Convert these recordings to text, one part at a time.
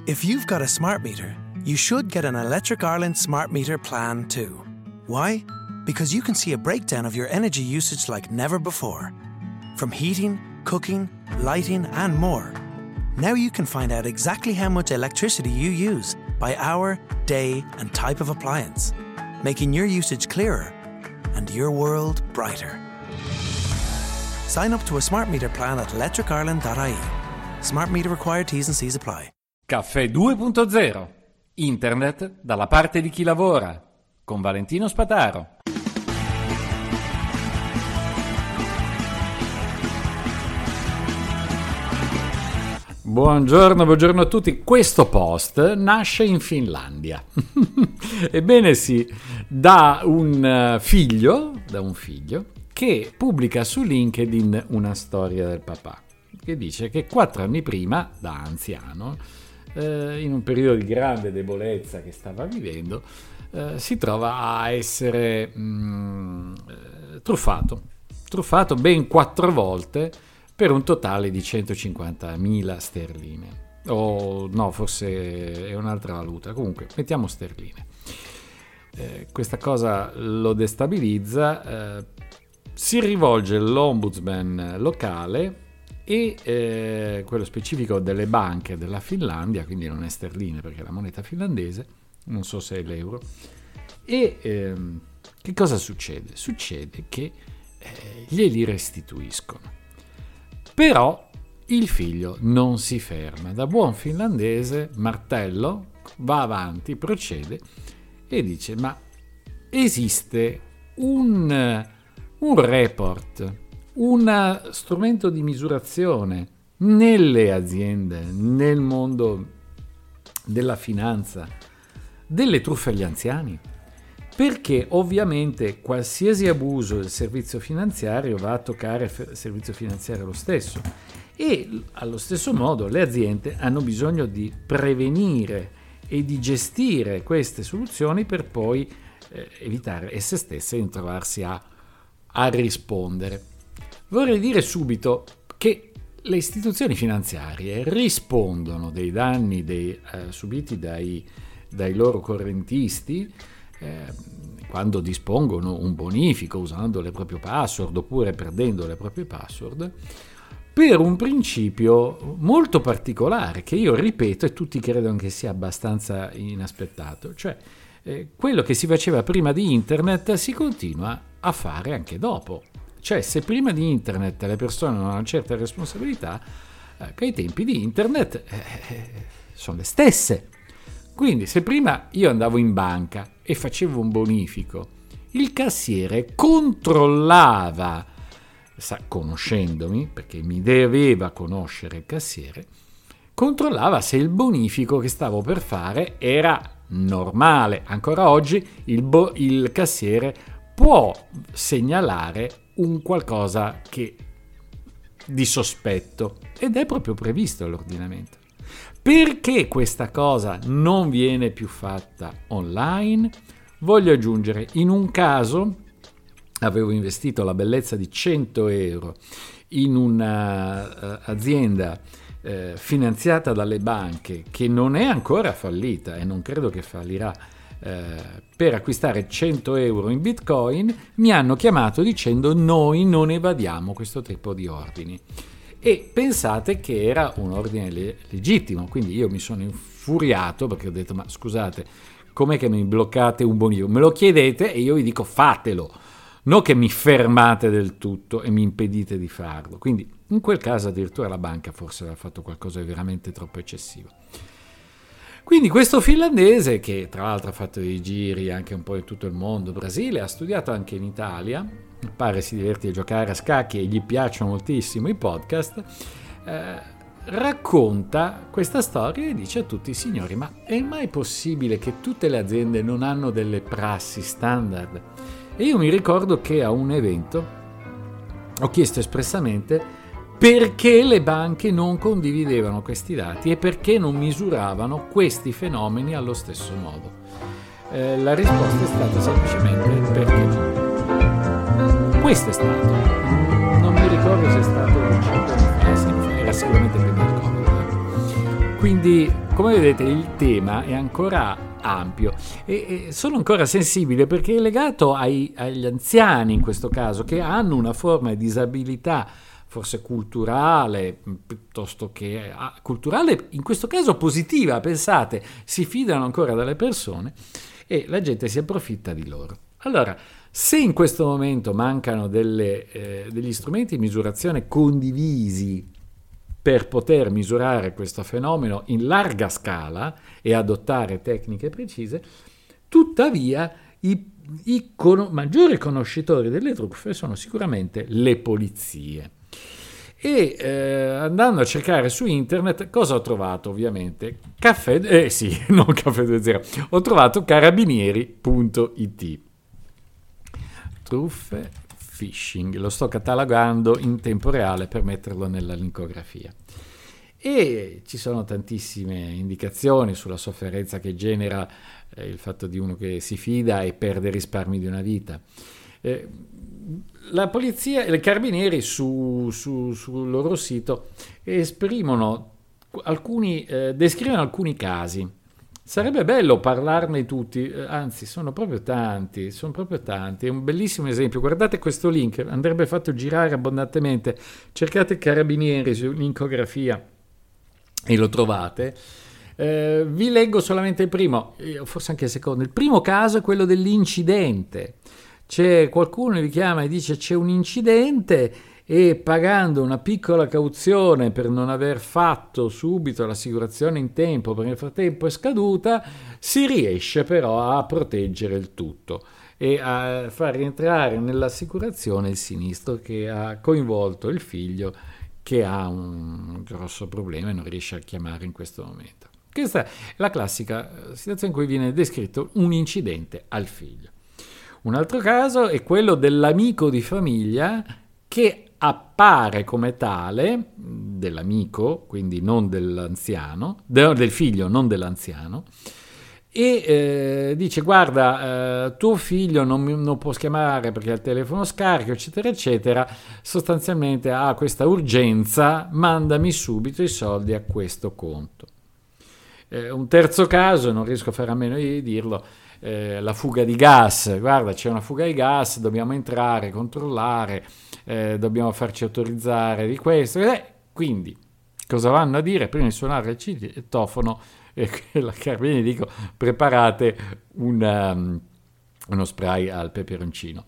If you've got a smart meter, you should get an Electric Ireland smart meter plan too. Why? Because you can see a breakdown of your energy usage like never before. From heating, cooking, lighting, and more. Now you can find out exactly how much electricity you use by hour, day, and type of appliance, making your usage clearer and your world brighter. Sign up to a smart meter plan at electricireland.ie. Smart meter required, T's and C's apply. Caffè 2.0. Internet dalla parte di chi lavora. Con Valentino Spataro. Buongiorno a tutti. Questo post nasce in Finlandia. Ebbene sì, da un figlio che pubblica su LinkedIn una storia del papà, che dice che 4 anni prima, da anziano, in un periodo di grande debolezza che stava vivendo, si trova a essere truffato ben 4 volte per un totale di 150.000 sterline. O no, forse è un'altra valuta, comunque mettiamo sterline. Questa cosa lo destabilizza, si rivolge all'ombudsman locale e quello specifico delle banche della Finlandia, quindi non è sterline perché è la moneta finlandese, non so se è l'euro. E che cosa succede? Succede che glieli restituiscono. Però il figlio non si ferma. Da buon finlandese, martello, va avanti, procede e dice: ma esiste un report, un strumento di misurazione nelle aziende, nel mondo della finanza, delle truffe agli anziani? Perché ovviamente qualsiasi abuso del servizio finanziario va a toccare il servizio finanziario lo stesso, e allo stesso modo le aziende hanno bisogno di prevenire e di gestire queste soluzioni per poi evitare esse stesse di trovarsi a rispondere. Vorrei dire subito che le istituzioni finanziarie rispondono dei danni subiti dai loro correntisti quando dispongono un bonifico usando le proprie password oppure perdendo le proprie password, per un principio molto particolare che io ripeto e tutti credono che sia abbastanza inaspettato, cioè quello che si faceva prima di internet si continua a fare anche dopo. Cioè, se prima di internet le persone hanno una certa responsabilità, che ai tempi di internet sono le stesse. Quindi se prima io andavo in banca e facevo un bonifico, il cassiere controllava, conoscendomi, perché mi doveva conoscere il cassiere, controllava se il bonifico che stavo per fare era normale. Ancora oggi il cassiere può segnalare un qualcosa di sospetto, ed è proprio previsto all'ordinamento. Perché questa cosa non viene più fatta online? Voglio aggiungere, in un caso avevo investito la bellezza di 100 euro in un'azienda finanziata dalle banche che non è ancora fallita e non credo che fallirà, per acquistare 100 euro in Bitcoin. Mi hanno chiamato dicendo: noi non evadiamo questo tipo di ordini. E pensate che era un ordine legittimo, quindi io mi sono infuriato perché ho detto: ma scusate, com'è che mi bloccate un bonifico? Me lo chiedete e io vi dico fatelo, non che mi fermate del tutto e mi impedite di farlo. Quindi in quel caso addirittura la banca forse aveva fatto qualcosa di veramente troppo eccessivo. Quindi questo finlandese, che tra l'altro ha fatto dei giri anche un po' in tutto il mondo, Brasile, ha studiato anche in Italia, pare si diverti a giocare a scacchi e gli piacciono moltissimo i podcast, racconta questa storia e dice a tutti: signori, ma è mai possibile che tutte le aziende non hanno delle prassi standard? E io mi ricordo che a un evento ho chiesto espressamente perché le banche non condividevano questi dati e perché non misuravano questi fenomeni allo stesso modo. La risposta è stata semplicemente perché no. Questo è stato, non mi ricordo se è stato 5 anni fa, era sicuramente prima del Covid. Quindi, come vedete, il tema è ancora ampio e sono ancora sensibile perché è legato agli anziani in questo caso, che hanno una forma di disabilità forse culturale, piuttosto che culturale, in questo caso positiva, pensate, si fidano ancora dalle persone e la gente si approfitta di loro. Allora, se in questo momento mancano degli strumenti di misurazione condivisi per poter misurare questo fenomeno in larga scala e adottare tecniche precise, tuttavia i maggiori conoscitori delle truffe sono sicuramente le polizie. E andando a cercare su internet, cosa ho trovato? Ovviamente non Caffè 2.0, ho trovato carabinieri.it. Truffe, phishing, lo sto catalogando in tempo reale per metterlo nella linkografia. E ci sono tantissime indicazioni sulla sofferenza che genera il fatto di uno che si fida e perde i risparmi di una vita. La polizia e i carabinieri sul loro sito descrivono alcuni casi. Sarebbe bello parlarne tutti, anzi sono proprio tanti, è un bellissimo esempio. Guardate questo link, andrebbe fatto girare abbondantemente, cercate carabinieri su linkografia e lo trovate. Vi leggo solamente il primo, forse anche il secondo. Il primo caso è quello dell'incidente. C'è qualcuno che vi chiama e dice c'è un incidente e pagando una piccola cauzione per non aver fatto subito l'assicurazione in tempo, perché nel frattempo è scaduta, si riesce però a proteggere il tutto e a far rientrare nell'assicurazione il sinistro che ha coinvolto il figlio, che ha un grosso problema e non riesce a chiamare in questo momento. Questa è la classica situazione in cui viene descritto un incidente al figlio. Un altro caso è quello dell'amico di famiglia che appare come tale, dell'amico, quindi non dell'anziano, del figlio, non dell'anziano, e dice guarda, tuo figlio non può chiamare perché ha il telefono scarico, eccetera, eccetera, sostanzialmente ha questa urgenza, mandami subito i soldi a questo conto. Un terzo caso, non riesco a fare a meno di dirlo, la fuga di gas. Guarda, c'è una fuga di gas, dobbiamo entrare, controllare, dobbiamo farci autorizzare di questo. Quindi, cosa vanno a dire? Prima di suonare il citofono, la carabinieri dico, preparate uno spray al peperoncino.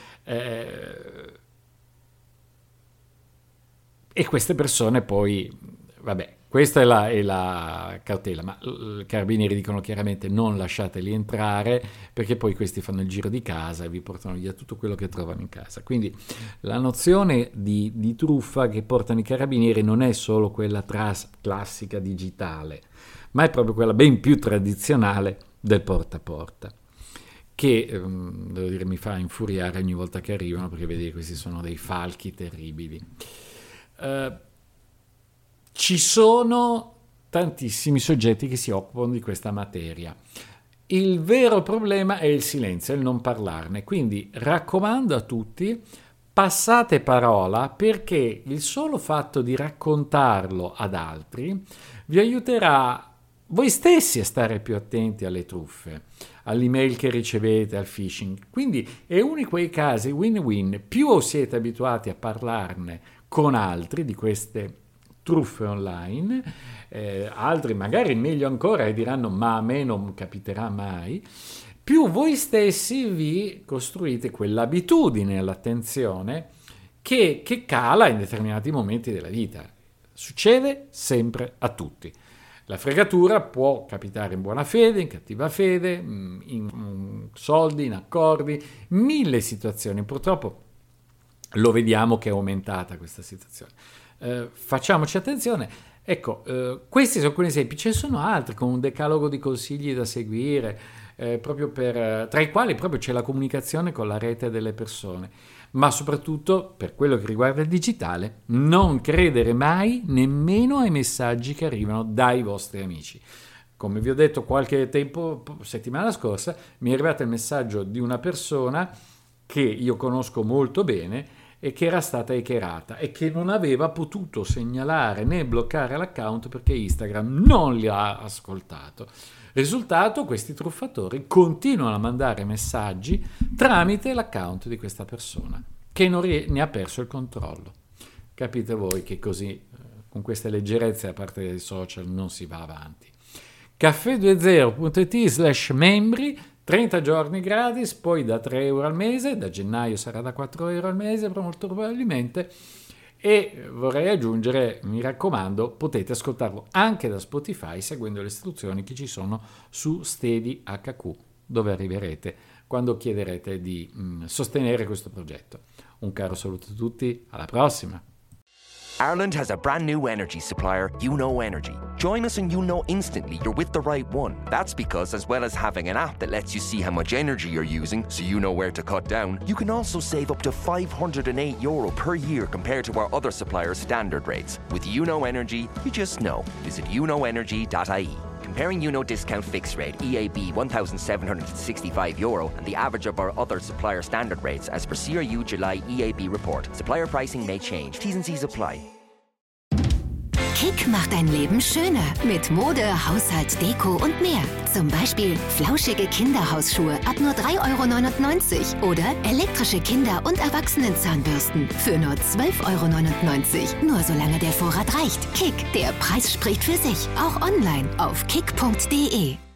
E queste persone poi, vabbè, questa è la cautela, ma i carabinieri dicono chiaramente non lasciateli entrare perché poi questi fanno il giro di casa e vi portano via tutto quello che trovano in casa. Quindi la nozione di truffa che portano i carabinieri non è solo quella classica digitale, ma è proprio quella ben più tradizionale del porta a porta, che devo dire mi fa infuriare ogni volta che arrivano, perché vedete questi sono dei falchi terribili. Ci sono tantissimi soggetti che si occupano di questa materia. Il vero problema è il silenzio, il non parlarne. Quindi raccomando a tutti, passate parola, perché il solo fatto di raccontarlo ad altri vi aiuterà voi stessi a stare più attenti alle truffe, all'email che ricevete, al phishing. Quindi è uno di quei casi win-win. Più siete abituati a parlarne con altri di queste truffe online, altri magari meglio ancora e diranno ma a me non capiterà mai, più voi stessi vi costruite quell'abitudine all'attenzione che cala in determinati momenti della vita. Succede sempre a tutti. La fregatura può capitare in buona fede, in cattiva fede, in soldi, in accordi, mille situazioni. Purtroppo lo vediamo che è aumentata questa situazione. Facciamoci attenzione. Ecco, questi sono alcuni esempi, ce ne sono altri con un decalogo di consigli da seguire, proprio tra i quali proprio c'è la comunicazione con la rete delle persone, ma soprattutto per quello che riguarda il digitale, non credere mai nemmeno ai messaggi che arrivano dai vostri amici. Come vi ho detto qualche tempo, settimana scorsa, mi è arrivato il messaggio di una persona che io conosco molto bene, e che era stata hackerata e che non aveva potuto segnalare né bloccare l'account perché Instagram non li ha ascoltato. Risultato, questi truffatori continuano a mandare messaggi tramite l'account di questa persona che ne ha perso il controllo. Capite voi che così, con queste leggerezze da parte dei social, non si va avanti. caffè20.it/membri, 30 giorni gratis, poi da 3 euro al mese, da gennaio sarà da 4 euro al mese molto probabilmente, e vorrei aggiungere, mi raccomando, potete ascoltarlo anche da Spotify seguendo le istruzioni che ci sono su Steady HQ, dove arriverete quando chiederete di sostenere questo progetto. Un caro saluto a tutti, alla prossima! Ireland has a brand new energy supplier, UNO Energy. Join us and you'll know instantly you're with the right one. That's because, as well as having an app that lets you see how much energy you're using so you know where to cut down, you can also save up to €508 per year compared to our other suppliers' standard rates. With UNO Energy, you just know. Visit unoenergy.ie. Comparing UNO discount fixed rate EAB €1,765 and the average of our other supplier standard rates as per CRU July EAB report. Supplier pricing may change. T's and C's apply. Kick macht dein Leben schöner mit Mode, Haushalt, Deko und mehr. Zum Beispiel flauschige Kinderhausschuhe ab nur €3,99 oder elektrische Kinder- und Erwachsenenzahnbürsten für nur €12,99. Nur solange der Vorrat reicht. Kick, der Preis spricht für sich. Auch online auf kick.de.